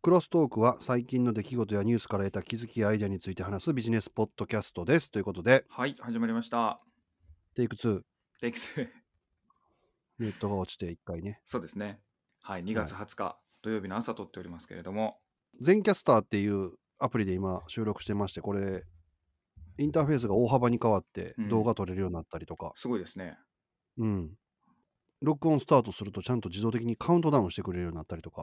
クロストークは最近の出来事やニュースから得た気づきやアイデアについて話すビジネスポッドキャストです。ということで、 はい、始まりました。 テイク2、 テイク2。 ネットが落ちて1回ね。 そうですね。はい、2月はい。 20日土曜日の朝撮っておりますけれども。 全キャスターっていうアプリで今収録してまして、これ、インターフェースが大幅に変わってうん、 動画撮れるようになったりとか、 すごいですね。 うん。録音スタートするとちゃんと自動的にカウントダウンしてくれるようになったりとか、 うん。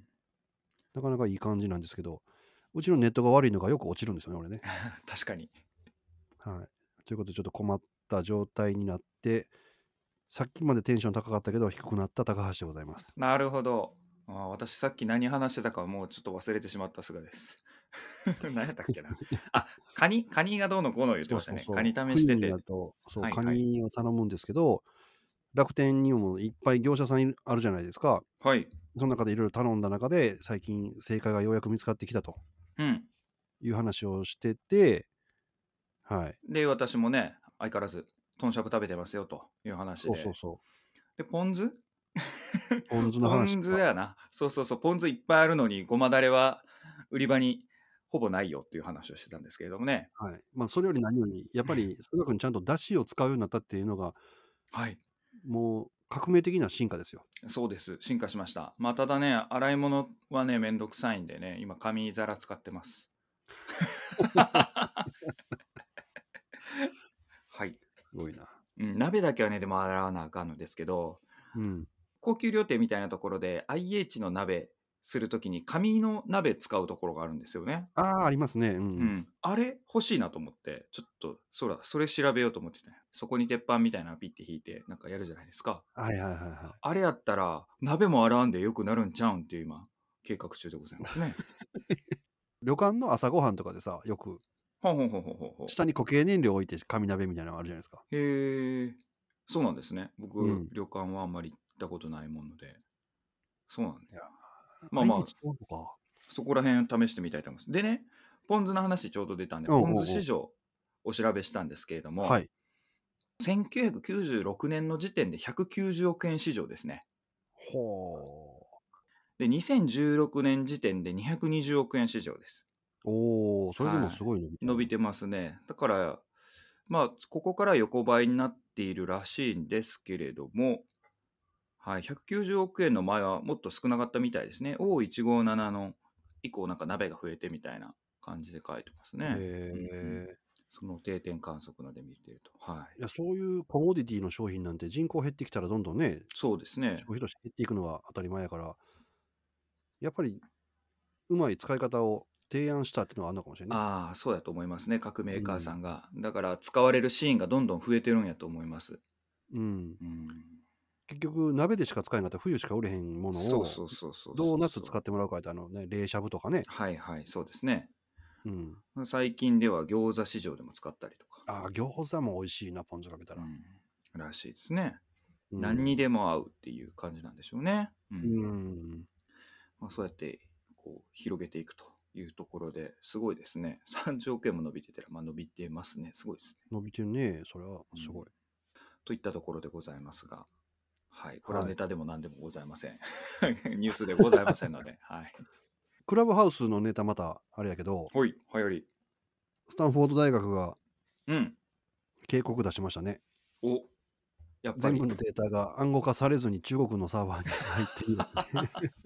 なかなかいい感じなんですけど、うちのネットが悪いのがよく落ちるんですよね、俺ね。 確かに。 はい。ということでちょっと困った状態になって、さっきまでテンション高かったけど低くなった高橋でございます。 なるほど。私さっき何話してたかもうちょっと忘れてしまったすがです。何やったっけな。あ、カニがどうのこうの言ってそうましたね。カニそうそう。冬にな試してて。 ると、そう、カはいはい。 ニを頼むんですけど、楽天にもいっぱい業者さんあるじゃないですか。 はい。 その中でいろいろ頼んだ中で、最近正解がようやく見つかってきたとうん。 いう話をしてて、はい。 で、私もね、相変わらず、豚しゃぶ食べてますよという話で。 そうそうそう。 で、ポン酢ポン酢のポン話とか、 酢やな。そうそうそう、ポン酢いっぱいあるのに、ごまだれは売り場にほぼないよっていう話をしてたんですけれどもね。 はい。まあ、それより何より、やっぱり少なくともちゃんと出汁を使うようになったっていうのが、 はい。 もう革命的な進化ですよ。 そうです。進化しました。まあ、ただね、洗い物はね、めんどくさいんでね、今、紙皿使ってます。はい。 すごいな。 うん、鍋だけはね、でも洗わなあかんのですけど、 うん。 高級料亭みたいなところで IH の鍋するときに紙の鍋使うところがあるんですよね。 ああ、ありますね。うんうん。 うん。あれ欲しいなと思って、ちょっと、それ調べようと思ってて、そこに鉄板みたいなのピッて引いて、なんかやるじゃないですか。 はいはいはいはい。 あれやったら、鍋も洗わんでよくなるんちゃうんっていう今、計画中でございますね。 旅館の朝ごはんとかでさ、よくほうほうほうほうほうほう。 下に固形燃料置いて紙鍋みたいなのあるじゃないですか。 へえ、そうなんですね。僕、 うん。 旅館はあんまり行ったことないもので。そうなんで。 いや、 まあまあ、 IH 使うのか。 そこら辺試してみたいと思います。でね、ポン酢の話ちょうど出たんで、 うんうポン酢んうん。 市場お調べしたんですけれども、 はい。 1996年の時点で190億円市場ですね。 ほう。 で、2016年時点で220億円市場です。 おお、それでもはすごい伸びい。 たな。 伸びてますね。だから、まあ、ここから横ばいになっているらしいんですけれども、はい、190億円の前はもっと少なかったみたいですね。O157 の以降なんか鍋が増えてみたいな感じで書いてますね。うんうん。 へえ。 その定点観測ので見てると。はい。 いや、そういうコモディティの商品なんて人口減ってきたらどんどんね、 そうですね。 消費として減っていくのは当たり前やから、やっぱりうまい使い方を提案したっていうのはあるのかもしれんね。 ああ、そうだと思いますね。各メーカーうん。 さんが。だから使われるシーンがどんどん増えてるんやと思います。 うん。 うん。 結局鍋でしか使えんかったら冬しか売れへんものそうを、 そうそうそうどうそうそう。 夏使ってもらうかってね、冷しゃぶとかね。 はいはい、そうですね。 うん。 最近では餃子市場でも使ったりとか。 ああ、餃子も美味しいな、ポン酢かけたら。 うん。らしいですね。 う何にでん。 も合うっていう感じなんでしょうね。ううん。 ん。 まあ、そうやってこう広げていくというところですごいですね。30億円も伸びてたら、まあ、伸びてますね。すごいです伸びてるね。それはね。うん。 すごい。 といったところでございますが、はい。これははい。 ネタでも何でもございません。ニュースでございませんので、はい。 クラブハウスのネタまたあれやけど、 ほい、はやり。 スタンフォード大学がうん。 警告出しましたね。 お、やっぱり。 全部のデータが暗号化されずに中国のサーバーに入っているってね。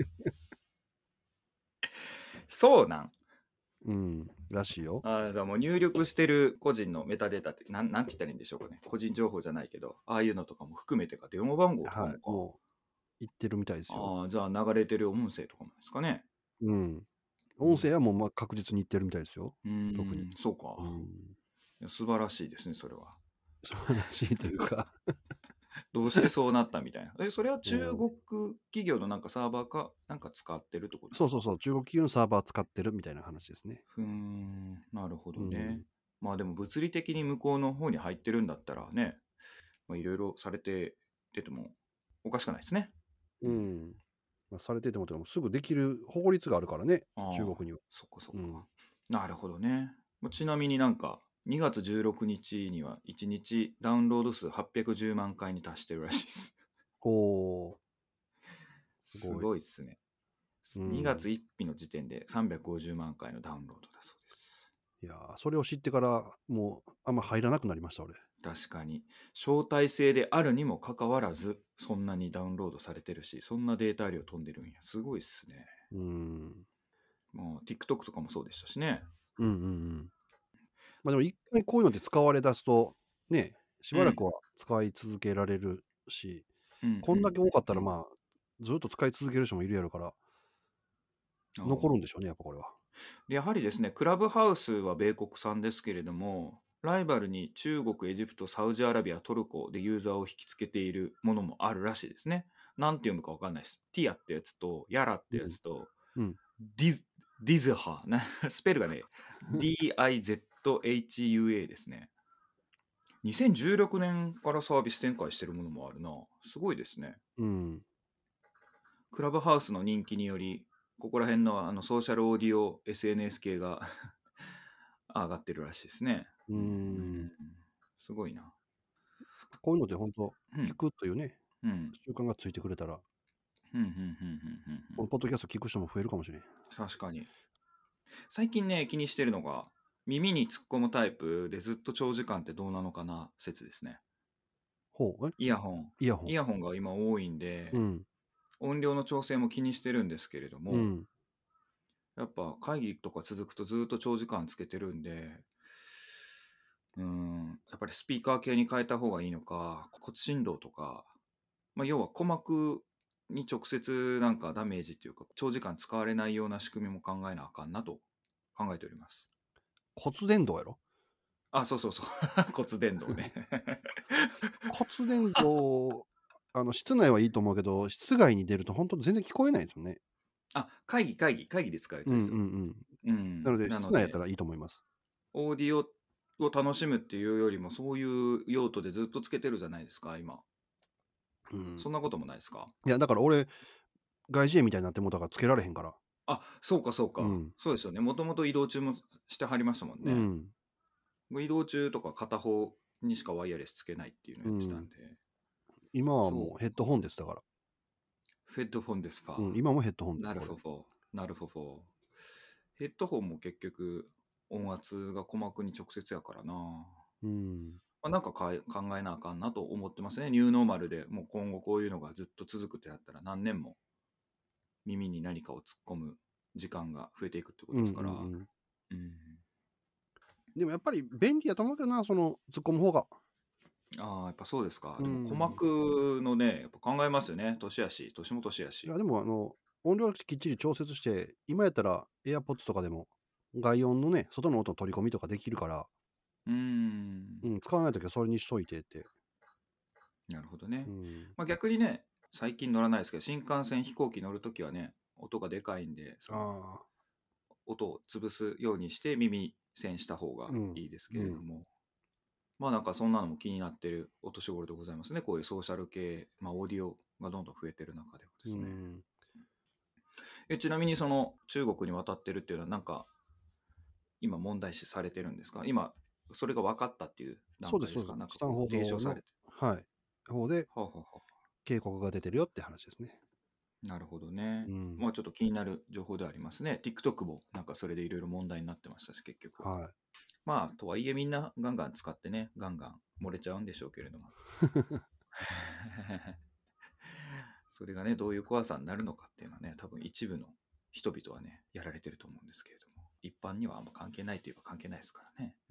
そうなん。 うん、らしいよ。 じゃあもう入力してる個人のメタデータって、なんて言ったらいいんでしょうかね。個人情報じゃないけど、ああいうのとかも含めてか、電話番号とかはい、 もか。 もう言ってるみたいですよ。 じゃあ流れてる音声とかもですかね。 うん。 うん。 音声はもう、確実に言ってるみたいですよ。特に。 そうか。 うん。 いや素晴らしいですね、それは。 素晴らしいというか、 どうしてそうなったみたいな。それは中うん。 国企業のなんかサーバーか、なんか使ってるってことですか？ そうそうそう、中国企業のサーバー使ってるみたいな話ですね。 なるほどね。 うん。 まあでも物理的に向こうの方に入ってるんだったらね、まあいろいろされててもおかしくないですね。うん。 うん。まあ、されててもすぐできる法律があるからね、中ああ、 国には。 そっかそっうん。 か。なるほどね。ちなみになんか、2月16日には1日ダウンロード数810万回に達してるらしいです。 おお、すすごい。 ごいっすね。 うん 2月1日の時点で350万回のダウンロードだそうです。 いやー、それを知ってからもうあんま入らなくなりました俺。 確かに招待制であるにもかかわらずそんなにダウンロードされてるし、そんなデータ量飛んでるんや。すごいっすね。 うんもう TikTok とかもそうでしたしね。 うんうんうん。まあでも一回こういうので使われ出すとね、しばらくは使い続けられるし、こんだけ多かったらまあずっと使い続ける人もいるやろから残るんでしょうね、やっぱこれは。 でやはりですね、クラブハウスは米国産ですけれども、ライバルに中国、エジプト、サウジアラビア、トルコでユーザーを引きつけているものもあるらしいですね。なんて読むかわかんないです。ティアってやつと、ヤラってやつと、 うんディズハな、スペルがね、DIZHUA ですね。2016年からサービス展開してるものもあるな。すごいですね。 うんクラブハウスの人気により、ここら辺のソーシャルオーディオ SNS 系が上がってるらしいですね。 うんすごいな。 こういうので本当うん聞くというね、 うん習慣がついてくれたら、 うんうんうんうんうんうん。 このポッドキャスト聞く人も増えるかもしれん。 確かに。最近ね、気にしてるのが、耳に突っ込むタイプでずっと長時間ってどうなのかな説ですね。 ほう、 イヤホン。 イヤホン。 イヤホンが今多いんで、 うん音量の調整も気にしてるんですけれども、 うんやっぱ会議とか続くとずっと長時間つけてるんで、やっぱりスピーカー系に変えた方がいいのか、骨振動とか、要は鼓膜に直接なんかダメージっていうか、長時間使われないような仕組みも考えなあかんなと考えております。 骨伝導やろ。 あ、そうそうそう。骨伝導ね。 骨伝導室内はいいと思うけど、室外に出ると本当全然聞こえないですもんね。 あ、会議で使うやつですよ。 なのでなので、 室内やったらいいと思います。 オーディオを楽しむっていうよりも、そういう用途でずっとつけてるじゃないですか、今。そんなこともないですか？ いやだから俺外耳炎みたいになってもうたからつけられへんから。 あ、そうかそうか。 うんそうですよね。もともと移動中もしてはりましたもんね。 うんもう移動中とか片方にしかワイヤレスつけないっていうのをやってたんで。 今はもうヘッドそうか。 ホンですだから。 ヘッドフォンですか。 今もヘッドホンですなるこれ。 ほど。なるほど。ヘッドホンも結局音圧が鼓膜に直接やからな。なんか考えなあかんなと思ってますね。ニューノーマルでもう今後こういうのがずっと続くってなったら何年も耳に何かを突っ込む時間が増えていくってことですから。 でもやっぱり便利やと思うけどな、その突っ込む方が。 ああ、やっぱそうですか。でも鼓膜のね、やっぱ考えますよね。年も年やし。 いやでも音量きっちり調節して、今やったら AirPods とかでも外音のね、外の音の取り込みとかできるから、使わないときはそれにしといてって。 なるほどね。逆にね、最近乗らないですけど、新幹線、飛行機乗るときはね、音がでかいんで、音を潰すようにして耳栓した方がいいですけれども、なんかそんなのも気になってるお年頃でございますね。こういうソーシャル系、オーディオがどんどん増えてる中ではですね。ちなみにその中国に渡ってるっていうのはなんか今問題視されてるんですか？今それが分かったっていう段階ですか？なんかこう提唱されて。 方で警告が出てるよって話ですね。 なるほどね。ちょっと気になる情報ではありますね。TikTok もなんかそれでいろいろ問題になってましたし、結局。とはいえみんなガンガン使ってね、ガンガン漏れちゃうんでしょうけれども。それがね、どういう怖さになるのかっていうのはね、多分一部の人々はね、やられてると思うんですけれども、一般にはあんま関係ないといえば関係ないですからね。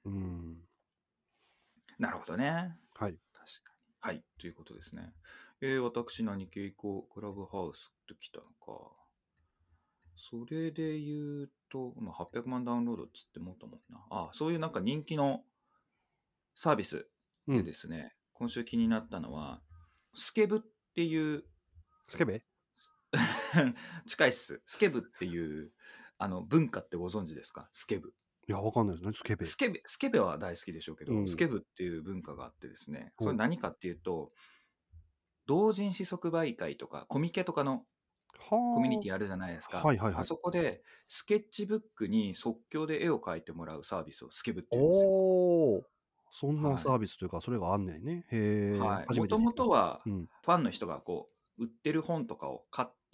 なるほどね。 はい。 確かに。はい。ということですね。私何系行こう、クラブハウスときたのか。それで言うと、800万ダウンロードっつってもっともんな。そういうなんか人気のサービスでですね、今週気になったのは、スケブっていう、 スケベ近いっす。スケブっていう文化ってご存知ですか？スケブ。 いや、わかんないですね。スケベ。 スケベは大好きでしょうけど、スケブっていう文化があってですね、それ何かっていうと、同人誌即売会とかコミケとかのコミュニティあるじゃないですか。あそこでスケッチブックに即興で絵を描いてもらうサービスをスケブって言うんですよ。 そんなサービスというか、それがあんねんね。へえ。 もともとはうん。 ファンの人がこう売ってる本とかを買っていっ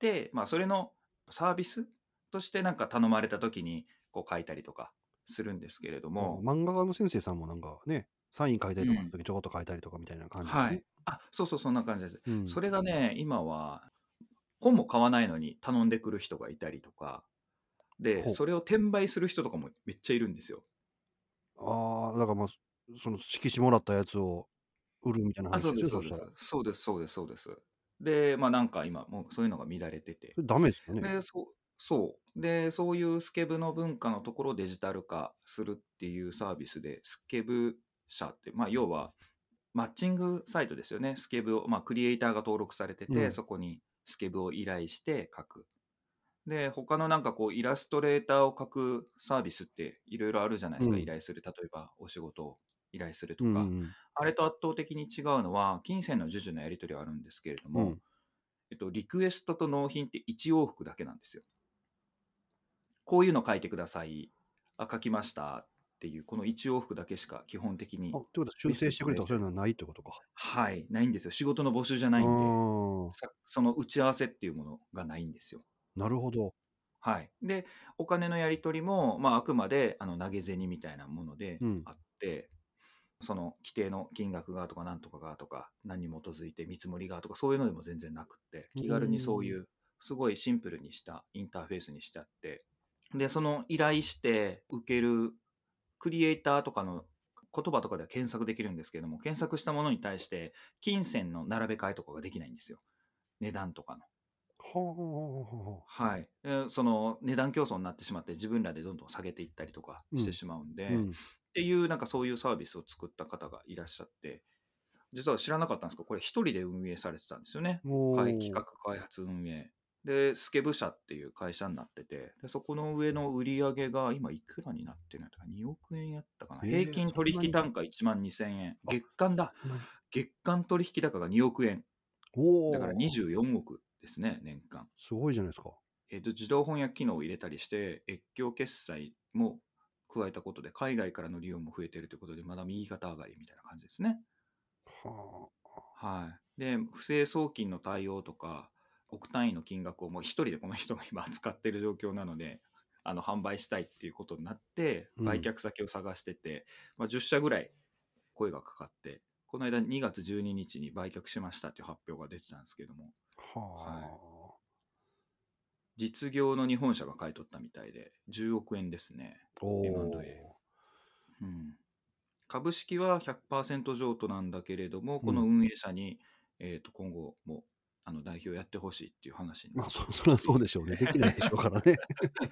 で、まあ、それのサービスとしてなんか頼まれた時にこう書いたりとかするんですけれども、 漫画家の先生さんもなんかね、サイン書いたりとかのうん。 時ちょこっと書いたりとかみたいな感じですね。 はい。あ、そうそう、そんな感じです。 うん。 それがね、今は本も買わないのに頼んでくる人がいたりとか、で、 ほう。 それを転売する人とかもめっちゃいるんですよ。 ああ、だからまあ、その色紙もらったやつを売るみたいなあ、そうです、 話ですね、 そうです。 そしたら。 そうです、そうです、そうです。で、まあなんか今もうそういうのが乱れてて。 それダメですよね。 で、そう。で、そういうスケブの文化のところをデジタル化するっていうサービスで、スケブ社って、まあ要はマッチングサイトですよね。スケブを、まあクリエイターが登録されてて、 うん。 そこにスケブを依頼して書く。で、他のなんかこう、イラストレーターを描くサービスっていろいろあるじゃないですか、依うん。 頼する。例えば、お仕事を依頼するとうんうんうか。 ん。 あれと圧倒的に違うのは、金銭の授受のやり取りはあるんですけれども、 うん。 リクエストと納品って1往復だけなんですよ。こういうの書いてください。あ、書きましたっていう、この1往復だけしか基本的あ、 にってことは修メッセ正してくれとかそういうージのやり取り。 のはないってことか。 はい、ないんですよ。仕事の募集じゃあないんで、 あ、 その打ち合わせっていうものがないんですよ。 なるほど。 はい。で、お金のやり取りも、まあ、あくまで投げ銭みたいなものでうん。 あって、その規定の金額がとかなんとかがとか、何に基づいて見積もりがとか、そういうのでも全然なくって、 うー気軽にそうん。 いう、すごいシンプルにしたインターフェースにしてあって、で、その依頼して受けるクリエイターとかの言葉とかでは検索できるんですけれども、検索したものに対して、金銭の並べ替えとかができないんですよ。値段とかの。 はあはあはあはあはあ。 はい。その値段競争になってしまって自分らでどんどん下げていったりとかうん。 してしまうんで、 うん。 っていうなんかそういうサービスを作った方がいらっしゃって、実は知らなかったんですけど、これ一人で運営されてたんですよね。企おお。 画開発運営。で、スケブ社っていう会社になってて、でそこの上の売り上げが今いくらになってるのか2億円やったかな。平均取そんなに。 引単価1万2000円。 あ、 月間だ。 そんなに。 月間取引高が2億円。 おだからお、 24億ですね、年間。 すごいじゃないですか。 自動翻訳機能を入れたりして、越境決済も加えたことで、海外からの利用も増えているということで、まだ右肩上がりみたいな感じですね。 はあ。 はい。で、不正送金の対応とか、億単位の金額をもう一人でこの人が今扱っている状況なので、販売したいっていうことになって、売うん。 却先を探してて、まあ、10社ぐらい声がかかって、この間2月12日にちに売却しましたっていう発表が出てたんですけども、はい。 はあ。 実業の日本社が買い取ったみたいで、10億円ですね。 お M&A。 お。 うん。株式は100%譲渡なんだけれども、 うん。 この運営者に、今後も代表やってほしいっていう話になっまあ、 てるそりゃっていう。 そうでしょうね。できないでしょうからね。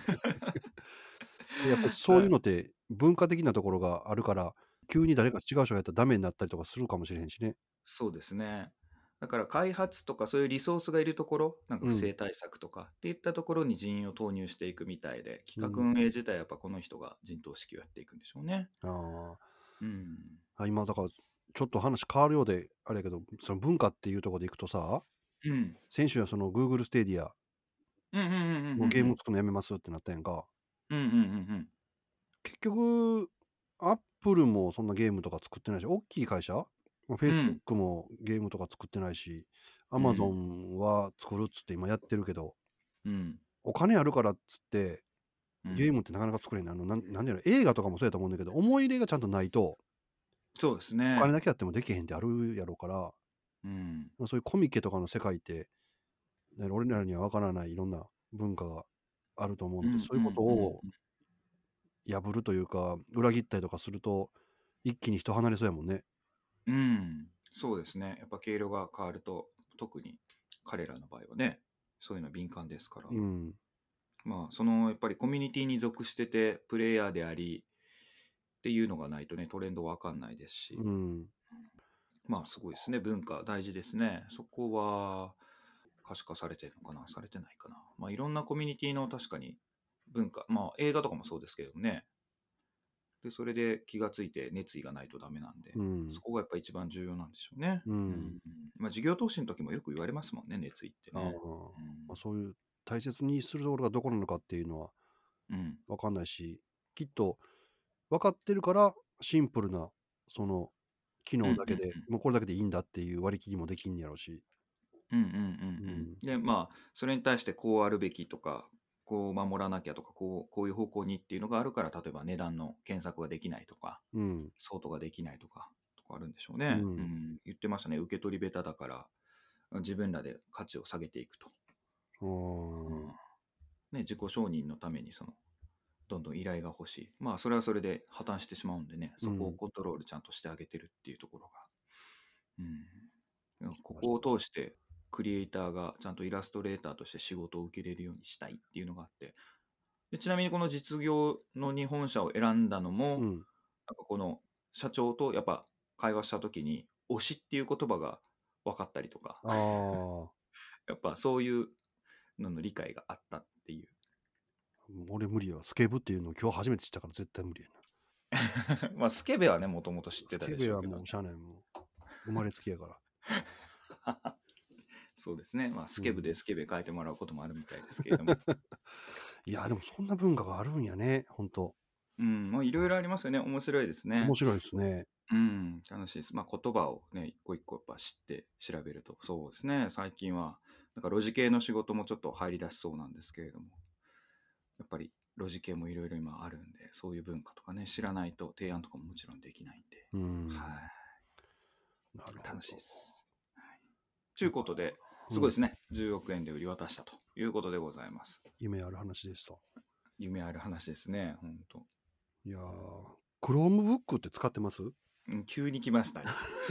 で、やっぱりそういううん、 のって文化的なところがあるから、急に誰か違う人がやったらダメになったりとかするかもしれへんしね。 そうですね。だから開発とかそういうリソースがいるところ、なんかうん。 不正対策とかっていったところに人員を投入していくみたいで、 うん。 企画運営自体はやっぱこの人が陣頭指揮をやっていくんでしょうね。 あうん。 あ。今だから、ちょっと話変わるようであれやけど、その文化っていうところでいくとさ、 うん。 先週はその Google ステディアうんうんうんうんうんうのゲームん。 作るのやめますってなったやんか。 うんうんうんうん。 結局、アップルもそんなゲームとか作ってないし、大きい会社、まあ、 うん。 Facebook もゲームとか作ってないし、 うん。 Amazon は作るっつって今やってるけど、 うん。 お金あるからっつって、 うん。 ゲームってなかなか作れない。なんていうの、映画とかもそうやと思うんだけど、思い入れがちゃんとないと、 そうですお金ね。 だけあってもできへんってあるやろうから、 うん。 ま、そういうコミケとかの世界って、ね、俺らにはわからないいろんな文化があると思うので、 うんそういうことうんうんを破るというか、裏切ったりとかすると、一気に人離れそうやもんね。 うん。うん。そうですね。やっぱ経路が変わると、特に彼らの場合はね、そういうの敏感ですから。 うん。 まあ、そのやっぱりコミュニティに属してて、プレイヤーでありっていうのがないとね、トレンドわかんないですし。 うん。 まあ、すごいですね。文化大事ですね。そこは可視化されてるのかな、されてないかな。まあ、いろんなコミュニティの確かに文化、まあ、映画とかもそうですけどね。で、それで気がついて熱意がないとダメなんで、 うん。 そこがやっぱ一番重要なんでしょうね。 ううん。 ん。 まあ、事業投資の時もよく言われますもんね、熱意ってああ、 ね。うん。 ま、そういう大切にするところがどこなのかっていうのはうん。 わかんないし、きっと分かってるから、シンプルなその機うんうん能だけで、もうこれだけでいいんだっていう割り切りもできんやろうし。 で、まあ、それに対してこうあるべきとか、こう守らなきゃとか、こういう方向にっていうのがあるから、例えば値段の検索ができないとか、ソートができないとかあるんでしょうね。言ってましたね。受け取り下手だから、自分らで価値を下げていくと。ね、自己承認のためにどんどん依頼が欲しい。まあ、それはそれで破綻してしまうんでね、そこをコントロールちゃんとしてあげてるっていうところが。ここを通して、クリエイターがちゃんとイラストレーターとして仕事を受けれるようにしたいっていうのがあって、でちなみにこの実業の日本社を選んだのも、なんかこの社長とやっぱ会話した時に推しっていう言葉が分かったりとかやっぱそういうのの理解があったっていう。 俺無理よ。スケブっていうのを今日初めて知ったから絶対無理やな。まあスケベはねもともと知ってたでしょうけど。 スケベはもうしゃあないもう生まれつきやから。 そうですね。まあスケブでスケベ変えてもらうこともあるみたいですけれども。 いやでもそんな文化があるんやね、本当。 まあいろいろありますよね。面白いですね。 面白いですね。 楽しいです。まあ言葉をね一個一個やっぱ知って調べると、そうですね。最近はなんかロジ系の仕事もちょっと入り出しそうなんですけれども、やっぱりロジ系もいろいろ今あるんで、そういう文化とかね知らないと提案とかももちろんできないんで、 なるほど。 楽しいです。ということで、すごいですね。10億円で売り渡したということでございます。 夢ある話でした。 夢ある話ですね、本当。 いやー、Chromebook って使ってます？ 急に来ましたね。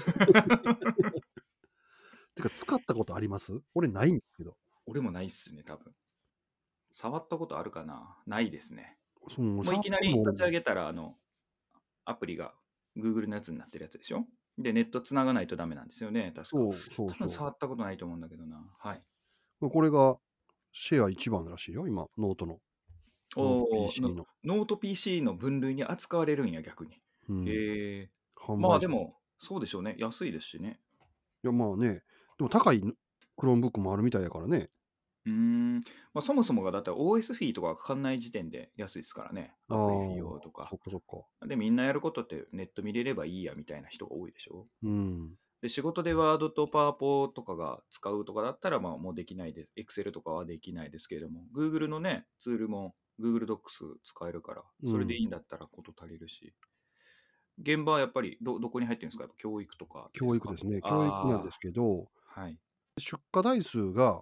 てか使ったことあります？俺ないんですけど。 俺もないっすね、多分。触ったことあるかな？ないですね。 もういきなり立ち上げたらアプリが Google のやつになってるやつでしょ。で、ネットつながないとダメなんですよね、確か。多分触ったことないと思うんだけどな。はい。 これがシェア一番らしいよ、今、ノートの。ノート PC の分類に扱われるんや、逆に。まあでも、そうでしょうね。安いですしね。 いや、まあね。でも高い Chromebook もあるみたいやからね。 まあ、そもそもがだって OS フィーとかかかんない時点で安いですからね。アプリ費用とか。 そっか。 で、みんなやることってネット見れればいいやみたいな人が多いでしょ。 うんで、仕事でワードとパワポとかが使うとかだったら、まあもうできないです。Excel とかはできないですけれども、Google のね、ツールも Google Docs 使えるから、それでいいんだったらこと足りるし。現場はやっぱりどこに入ってるんですか？やっぱ教育とかですか？ 教育ですね。教育なんですけど、 はい。 出荷台数が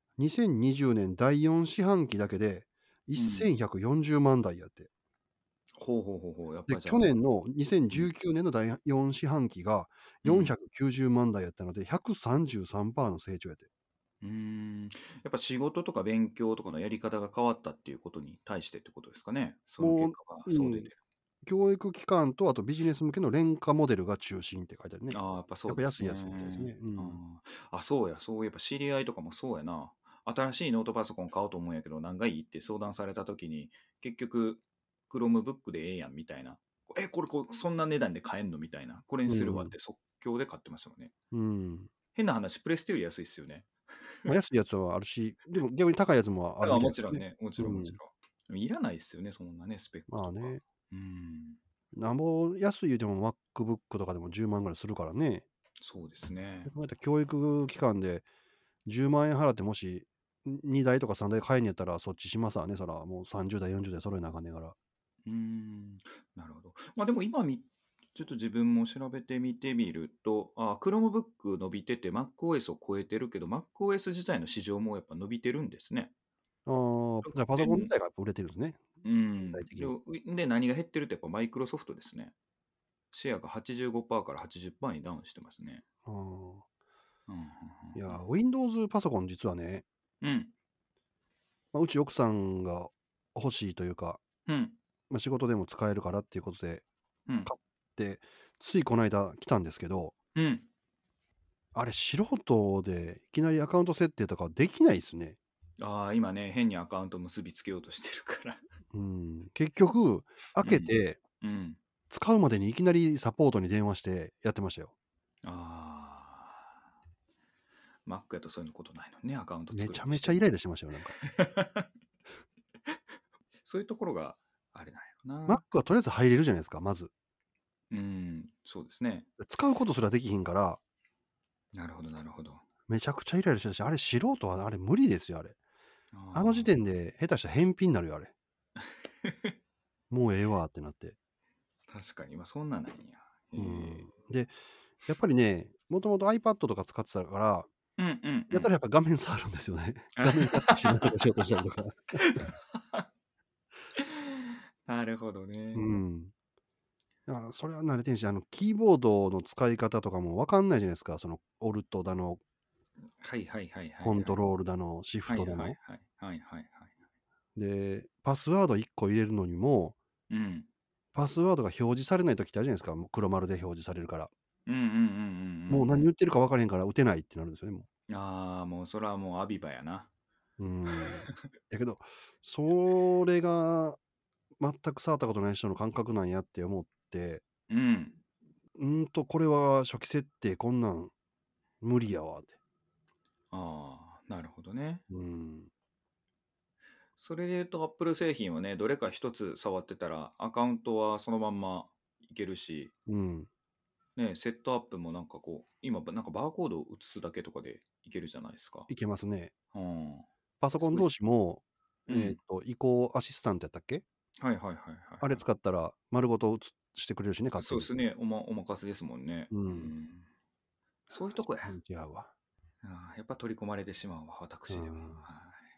2020年第4四半期だけで1140万台やって。 ほう。やっぱで、去年の2019年の第4四半期が490万台やったので、133% の成長やって。 やっぱ仕事とか勉強とかのやり方が変わったっていうことに対してってことですかね。その結果がそう出てる。 教育機関とあとビジネス向けの廉価モデルが中心って書いてあるね。 やっぱそうですね。 やっぱ安いやつみたいですね。 そういえば知り合いとかもそうやな。新しいノートパソコン買おうと思うんやけど、何がいいって相談された時に、結局、Chromebook でええやんみたいな。これそんな値段で買えんのみたいな。これにするわって即興で買ってましたもんね。変な話、プレステより安いっすよね。 安いやつはあるし、でも逆に高いやつもあるみたいもちろんね。もちろん。いらないっすよね、そんなね、スペックとか。 まあね。なんぼ安い言うても MacBook とかでも10万ぐらいするからね。 そうですね。 考えたら教育機関で10万円払ってもし2台とか3台買えんやったらそっちしますわね。そらもう30代、40代揃えなあかんねんから。 なるほど。まあでも今ちょっと自分も調べてみてみると、Chromebook 伸びてて MacOS を超えてるけど、MacOS 自体の市場もやっぱ伸びてるんですね。 じゃあパソコン自体がやっぱ売れてるんですね。 で、何が減ってるとやっぱマイクロソフトですね。シェアが 85% から 80% にダウンしてますね。 いや、Windows パソコン実はね、うち奥さんが欲しいというか、仕事でも使えるからっていうことで買って、ついこの間来たんですけど、あれ素人でいきなりアカウント設定とかできないですね。 今ね、変にアカウント結びつけようとしてるから。 結局、開けて、使うまでにいきなりサポートに電話してやってましたよ。 Mac やとそういうことないのね、アカウント作るめちゃめちゃイライラしましたよ、なんか。 そういうところがあれなんやろな。Mac はとりあえず入れるじゃないですか、まず。 そうですね。 使うことすらできひんから。 なるほど。 めちゃくちゃイライラしたし、あれ素人はあれ無理ですよ、あれ。あの時あ点で下手したら返品になるよ、あれ。 あ。 もうええわってなって。 確かに、まあそんなんなんや。 うん。で、やっぱりね、もともと iPad とか使ってたから、 うんうんうん。 やったらやっぱ画面触るんですよね。画面タッチしながら仕事したりとか。 なるほどね。 うん。それは慣れてんし、キーボードの使い方とかも分かんないじゃないですか。その、オルトだの、 はいはいはいはいはい。 コントロールだの、シフはいはいトだの。 はいはいはいはい。 で、パスワード1個入れるのにも、 うん。 パスワードが表示されない時ってあるじゃないですか。もう黒丸で表示されるから。 うんうんうんうんもう何言ってるか分からへんから打てないってなるんですよね、もうん。ああ、もうそれはもうアビバやな。 う。やけど、それが全く触ったことない人の感覚なんやって思って、 うん。 これは初期設定こんなん無理やわって。 ああ、なるほどね。 うん。 それで言うと、Apple 製品はね、どれか一つ触ってたら、アカウントはそのまんまいけるし、 うん。 ね、セットアップもなんかこう、今、なんかバーコードを写すだけとかでいけるじゃないですか。 いけますね。 うん。 パソコン同すごいっす。 士も、 うん。 移行アシスタントやったっけ？ はいはいはいはいあれはい。 使ったら丸ごとしてくれるしね、勝手に。 そうですね。お任せですもんね。 うん。 うん。そういうとこや。 その辺違うわ。 やっぱ取り込まれてしまうわ、 う私でも。 ん。 はい。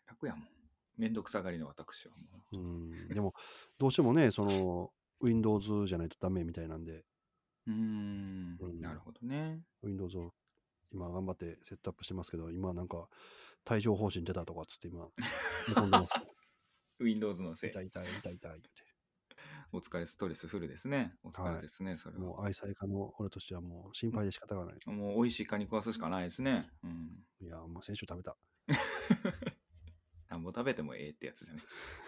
楽やもん。めんどくさがりの私はもうん。でも、どうしてもね、その、Windows じゃないとダメみたいなんで、 う。 うん。 なるほどね。 Windows を今頑張ってセットアップしてますけど、今なんか帯状疱疹出たとかっつって今、寝込んでますよ。 Windows のせい。 痛い痛い痛い痛い言うて。 お疲れ、ストレスフルですね。お疲れはですね、それい。 は。 もう愛妻家の俺としてはもう心配で仕方がない。 もう美味しいカニ食わすしかないですね。うん。 いや、もう先週食べた。 なんぼ食べてもええってやつじゃね。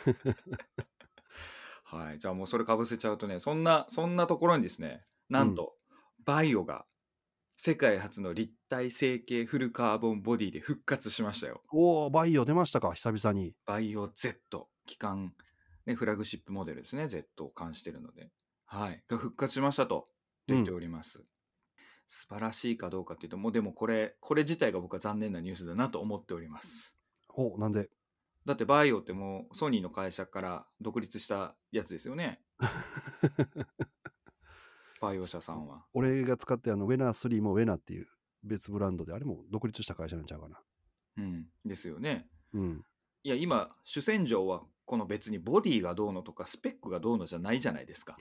はい。じゃあもうそれかぶせちゃうとね、そんなところにですね、なうん。 んと、バイオが世界初の立体成形フルカーボンボディで復活しましたよ。 おお、バイオ出ましたか、久々に。 バイオ Z、機関、ね、フラグシップモデルですね、Z を冠してるので。はい。が復活しましたと出てうん。 おります。素晴らしいかどうかっていうと、もうでもこれ自体が僕は残念なニュースだなと思っております。 なんで？ だってバイオってもうソニーの会社から独立したやつですよね。バイオ社さんは。 俺が使ってウェナー3もウェナっていう別ブランドで、あれも独立した会社なんちゃうかな。 うん。ですよね。 うん。 いや、今、主戦場はこの別にボディがどうのとかスペックがどうのじゃないじゃないですか。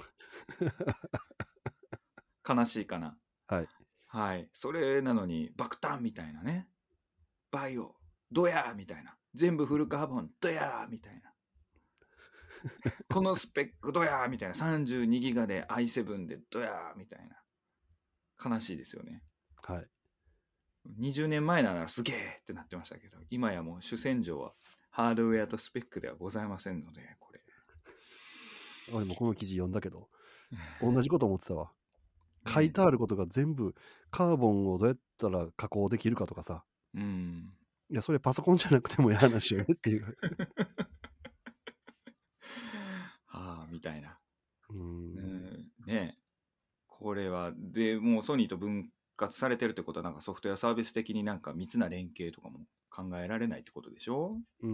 悲しいかな。 はい。 はい。それなのに爆誕みたいなね。バイオ、ドヤーみたいな。全部フルカーボン、ドヤーみたいな。このスペックドヤーみたいな。32ギガで i7 でドヤーみたいな。悲しいですよね。 はい。 20年前ならすげえってなってましたけど、今やもう主戦場はハードウェアとスペックではございませんので、これ。 俺もこの記事読んだけど、同じこと思ってたわ。書いね、 てあることが全部カーボンをどうやったら加工できるかとかさ。 うん。 いや、それパソコンじゃなくてもいい話よねっていう。 はあ、みたいな。 うんね、これは、でもうソニーと分割されてるってことは、なんかソフトウェアサービス的になんか密な連携とかも考えられないってことでしょ？ うん。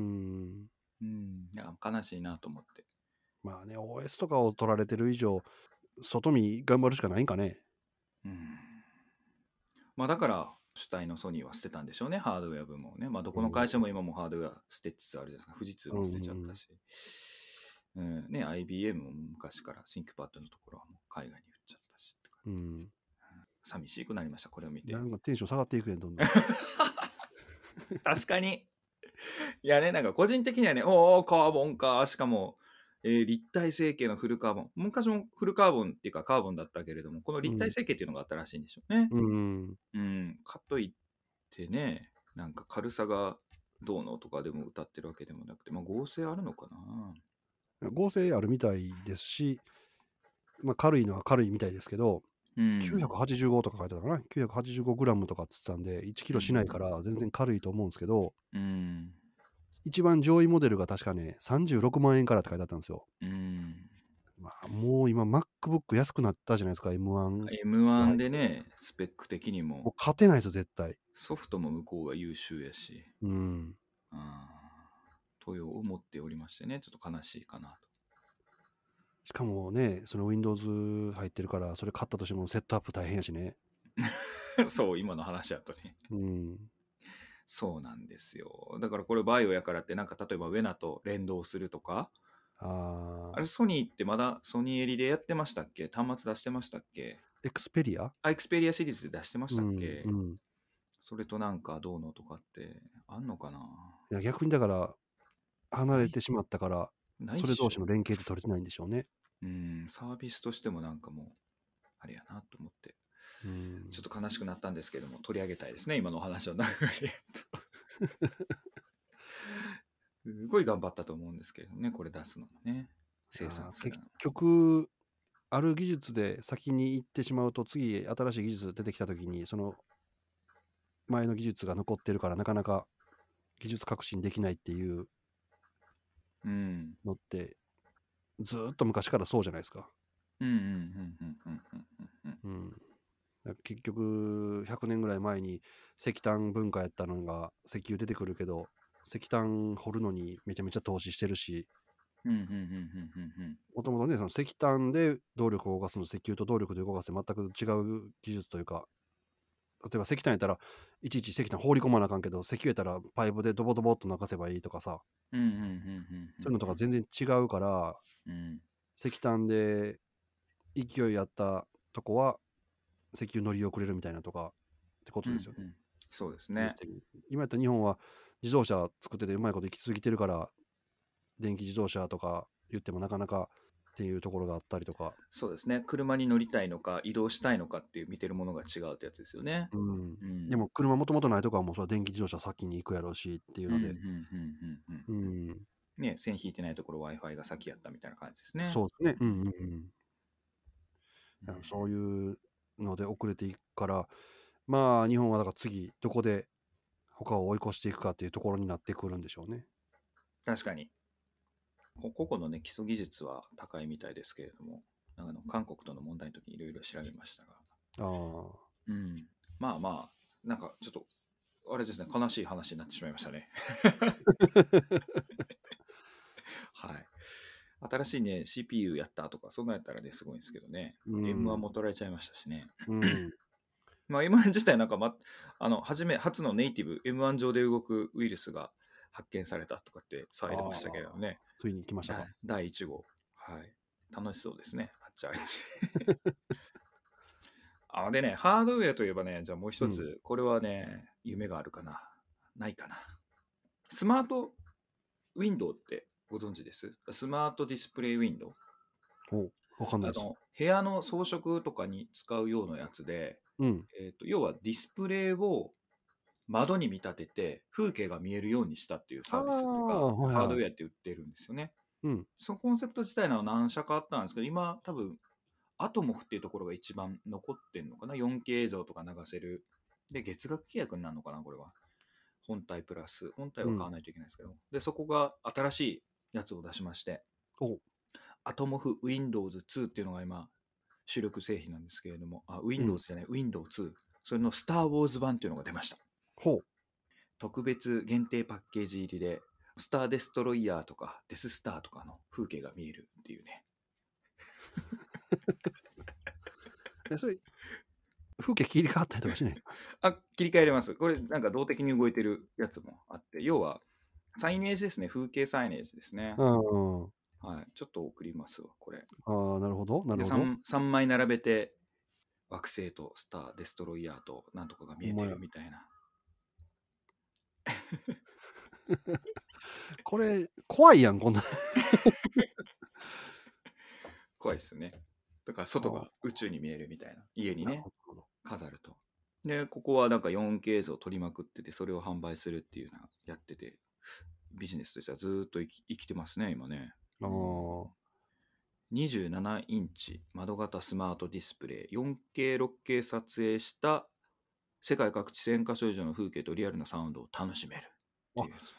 いや悲しいなと思って。 まあね、OS とかを取られてる以上、外見頑張るしかないんかね。 うん。まあだから主体のソニーは捨てたんでしょうね、ハードウェア部門をね。まあどこの会社も今もハードウェア捨てつつあるじゃないですか。富士通も捨てちゃったし。ね、IBM も昔から ThinkPad のところはもう海外に売っちゃったし。 うん。 寂しくなりました、これを見て。 なんかテンション下がっていくやん、どんどん。 確かに。いやね、なんか個人的にはね、おー、カーボンか、しかも、立体成形のフルカーボン。昔もフルカーボンっていうかカーボンだったけれども、この立体成形っていうのがあったらしいんでしょうね。 うん。 かといってね、なんか軽さがどうのとかでも歌ってるわけでもなくて、まあ合成あるのかな。 合成あるみたいですし、まあ、軽いのは軽いみたいですけど、985とか書いてたかな、985グラムとかっつってたんで、1キロしないから全然軽いと思うんですけど、一番上位モデルが確かね、36万円からって書いてあったんですよ。 まあ、もう今 MacBook 安くなったじゃないですか、M1 M1 でね、スペック的にも、 もう勝てないですよ、絶対。 ソフトも向こうが優秀やし、 うん。 と思っておりましてね、ちょっと悲しいかなと。 しかもね、その Windows 入ってるから、それ買ったとしてもセットアップ大変やしね。 そう、今の話やとね。 うん。 そうなんですよ。だからこれバイオやからってなんか例えばウェナと連動するとか、あれソニーってまだソニー襟でやってましたっけ？端末出してましたっけ？ エクスペリアエクスペリアシリーズで出してましたっけ？ うん。 それとなんかどうのとかってあんのかな？ いや、逆にだから、離ない、 れてしまったから、 ないっしょ。 それ同士の連携って取れてないんでしょうね。 サービスとしてもなんかもう、あれやなと思って、ちょっと悲しくなったんですけども、取り上げたいですね、今のお話の流れと。すごい頑張ったと思うんですけどね、これ出すのもね、生産する結のも。 局、ある技術で先に行ってしまうと、次、新しい技術出てきたときに、その前の技術が残ってるから、なかなか技術革新できないっていうのって、ずっと昔からそうじゃないですか。結局、100年ぐらい前に石炭文化やったのが石油出てくるけど、石炭掘るのにめちゃめちゃ投資してるし、もともとね、その石炭で動力を動かすのと石油と動力で動かす全く違う技術というか、例えば石炭やったらいちいち石炭放り込まなあかんけど、石油やったらパイプでドボドボっと流せばいいとかさ、そういうのとか全然違うから、石炭で勢いあったとこは石油乗り遅れるみたいなとかってことですよね。 そうですね。 今やったら日本は自動車作っててうまいこと行き過ぎてるから、電気自動車とか言ってもなかなかっていうところがあったりとか。 そうですね。車に乗りたいのか移動したいのかっていう見てるものが違うってやつですよね。 でも車もともとないとかはもうそれは電気自動車先に行くやろうしっていうので。 ね、線引いてないところ Wi-Fi が先やったみたいな感じですね。 そうですね。そういうので遅れていくから、まあ日本はだから次どこで他を追い越していくかっていうところになってくるんでしょうね。 確かに。個々のね、基礎技術は高いみたいですけれども、韓国との問題の時にいろいろ調べましたが。まあまあ、なんかちょっと、あれですね、悲しい話になってしまいましたね。はい。新しいね、CPU やったとか、そんなんやったらね、すごいんですけどね。M1 も取られちゃいましたしね。まあ、M1 自体なんか、初のネイティブ、M1 上で動くウイルスが発見されたとかって騒いでましたけどね。 ついに来ましたか。 第1号。はい。楽しそうですね。あっちゃあっち。でね、ハードウェアといえばね、じゃあもう一つ、これはね、夢があるかな。ないかな。スマートウィンドウってご存知です？スマートディスプレイウィンドウ。 わかんないです。 部屋の装飾とかに使うようなやつで、要はディスプレイを窓に見立てて風景が見えるようにしたっていうサービスとか、ハードウェアって売ってるんですよね。そのコンセプト自体の何社かあったんですけど、今多分アトモフっていうところが一番残ってんのかな。 4K 映像とか流せる。で、月額契約になるのかな、これは。本体プラス、本体は買わないといけないですけど。で、そこが新しいやつを出しまして、アトモフ Windows 2っていうのが今、主力製品なんですけれども、Windows じゃない、Windows 2。それのスター・ウォーズ版っていうのが出ました。特別限定パッケージ入りで、スター・デストロイヤーとか、デススターとかの風景が見えるっていうね。 それ風景切り替わったりとかしない？ 切り替えれます。これなんか動的に動いてるやつもあって、要はサイネージですね。風景サイネージですね。はい。ちょっと送りますわ、これ。 なるほど。 3枚並べて、惑星とスター、デストロイヤーとなんとかが見えてるみたいな。 これ、怖いやん、こんな。 怖いっすね。だから外が宇宙に見えるみたいな。家にね、飾ると。で、ここはなんか 4K 映像を撮りまくってて、それを販売するっていうのをやってて、ビジネスとしてはずっと生きてますね、今ね。27インチ窓型スマートディスプレイ、4K、6K 撮影した世界各地1000カ所以上の風景とリアルなサウンドを楽しめるっていうやつです。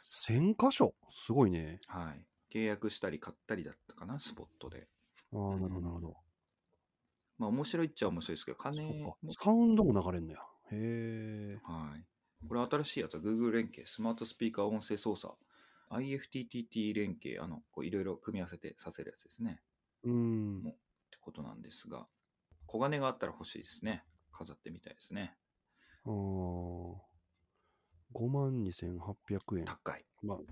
1000カ所すごいね。 はい。契約したり買ったりだったかな、スポットで。 ああ、なるほど、なるうん。 ほど。 まあ面白いっちゃ面白いですけど、 そうか。 金も、 サウンドも流れんのや。へえ。 はい。これ新しいやつは Google 連携、スマートスピーカー音声操作、IFTTT 連携、こういろいろ組み合わせてさせるやつですね。 うん。 もうってことなんですが、小金があったら欲しいですね。飾ってみたいですね。 ああ。52,800円。 高い。 まあ、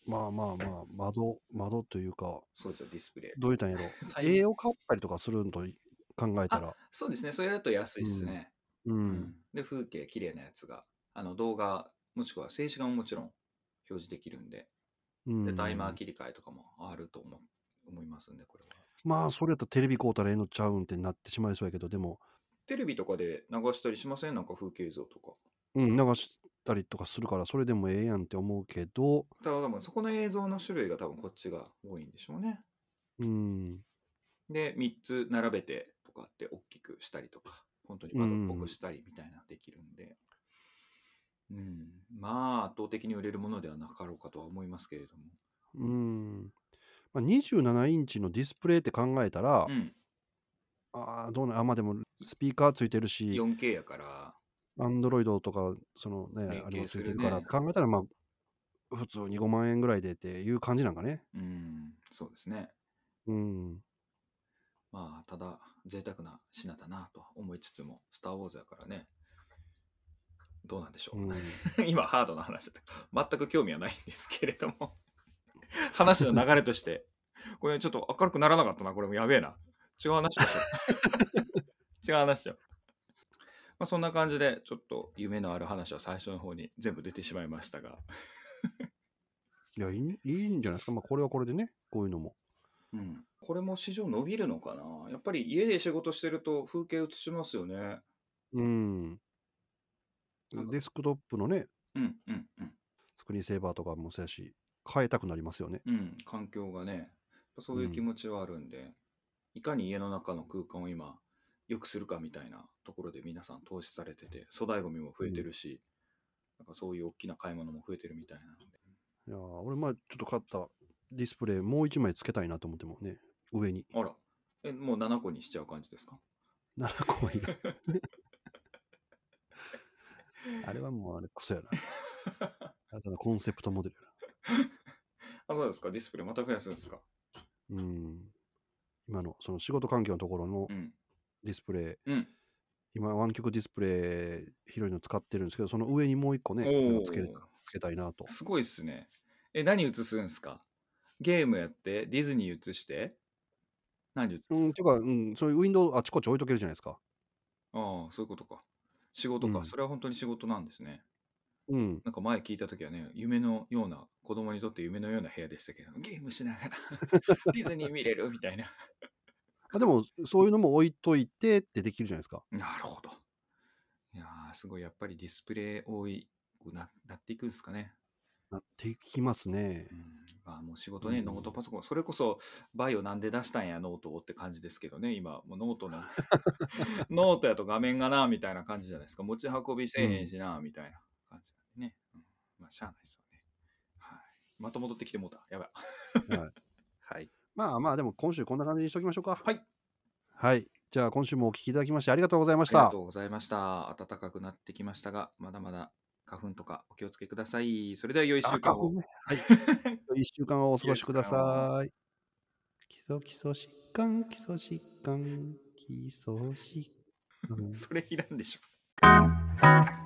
窓というか、 そうですよ、ディスプレどう言ったんやろ。 イ。 絵を買ったりとかするのと考えたあ、 ら、 そうですね。それだと安いですうん。 ね。 ううん。 ん。 で、風景きれいなやつが、動画、もしくは静止画ももちろん表示できるんで、 うで、タイマーん。 切り替えとかもあると思いますんで、これは。 まあ、それやったらテレビ買うたらええのちゃうんってなってしまいそうやけど、でも、 テレビとかで流したりしません？なんか風景映像とか。 うん、流したりとかするから、それでもええやんって思うけど、 ただ多分そこの映像の種類が多分こっちが多いんでしょうね。 うん。 で、3つ並べてとかって大きくしたりとか、本当にう窓っぽくん。 したりみたいなできるんで、うん、まあ圧倒的に売れるものではなかろうかとは思いますけれども。 うん。まあ、27インチのディスプレイって考えたら、 うん、 まあでも、スピーカーついてるし、 4K やからアンドロイドとか、そのね、あれも連携ついてるからっするね。 て考えたら、まあ、普通に5万円ぐらいでっていう感じなんかね。 うん、そうですね。 うん。 まあ、ただ、贅沢な品だなと思いつつも、スター・ウォーズやからね、どうなんでしょうん。 う。今、ハードな話だ。全く興味はないんですけれども、話の流れとして、これちょっと明るくならなかったな、これもやべえな。違う話でしょ。違う話よ。まあ、そんな感じで、ちょっと夢のある話は最初の方に全部出てしまいましたが、 いや、いいんじゃないですか。まあ、これはこれでね、こういうのも。 うん、これも市場伸びるのかな。やっぱり家で仕事してると風景映しますよね。 うん。 なんか、 デスクトップのね、 うんうんうん。 スクリーンセーバーとかもそうやし、変えたくなりますよね。 うん、環境がね、そういう気うん。 持ちはあるんで、いかに家の中の空間を今、良くするかみたいなところで皆さん投資されてて、粗大ごみも増えてうん。 るし、なんかそういう大きな買い物も増えてるみたいなので。 いや俺、まあ、ちょっと買ったディスプレイ、もう1枚つけたいなと思ってもね、上に。 あら、もう7個にしちゃう感じですか？ 7個はいらん。あれはもうあれ、クソやな。新たなコンセプトモデルやな。 あ、そうですか。ディスプレイまた増やすんですか？ うん。今の、その仕事環境のところのうん。 ディスプレイ、 うん。 今、湾曲ディスプレイ広いの使ってるんですけど、その上にもう1個ね、なんかつおお、 けたいなと。 すごいっすね。何映すんですか？ゲームやってディズニー映して何映すんですか？ ていうか、そういうウィンドウあちこち置いとけるじゃないですか。 ああ、そういうことか。仕事か。 うん。 それは本当に仕事なんですね。 うん。 なんか前聞いたときはね、夢のような、子供にとって夢のような部屋でしたけど、ゲームしながらディズニー見れるみたいな。 あ、でも、そういうのも置いといてってできるじゃないですか。 なるほど。いやー、すごい、やっぱりディスプレイ多いくなっていくんですかね。 なってきますね。 うん、まあもう仕事ね、ノートうん。 パソコン、それこそバイオなんで出したんや、ノートをって感じですけどね、今、もうノートの、ノートやと画面がな、みたいな感じじゃないですか。持ち運びせえへんしな、みたいな感じなんでね。まあ、しゃあないですよね。はい。また戻ってきてもうた。やばい。 はい。 はい。 まあまあ、でも今週こんな感じにしときましょうか。 はい。 はい。じゃあ今週もお聞きいただきましてありがとうございました。 ありがとうございました。暖かくなってきましたが、まだまだ花粉とかお気をつけください。それでは良いあ、 週間を。 ね。はい。1週間をお過良い週ごしくだ間を。 さい。基礎疾患、基礎疾患、基礎疾患。 それいらんでしょ。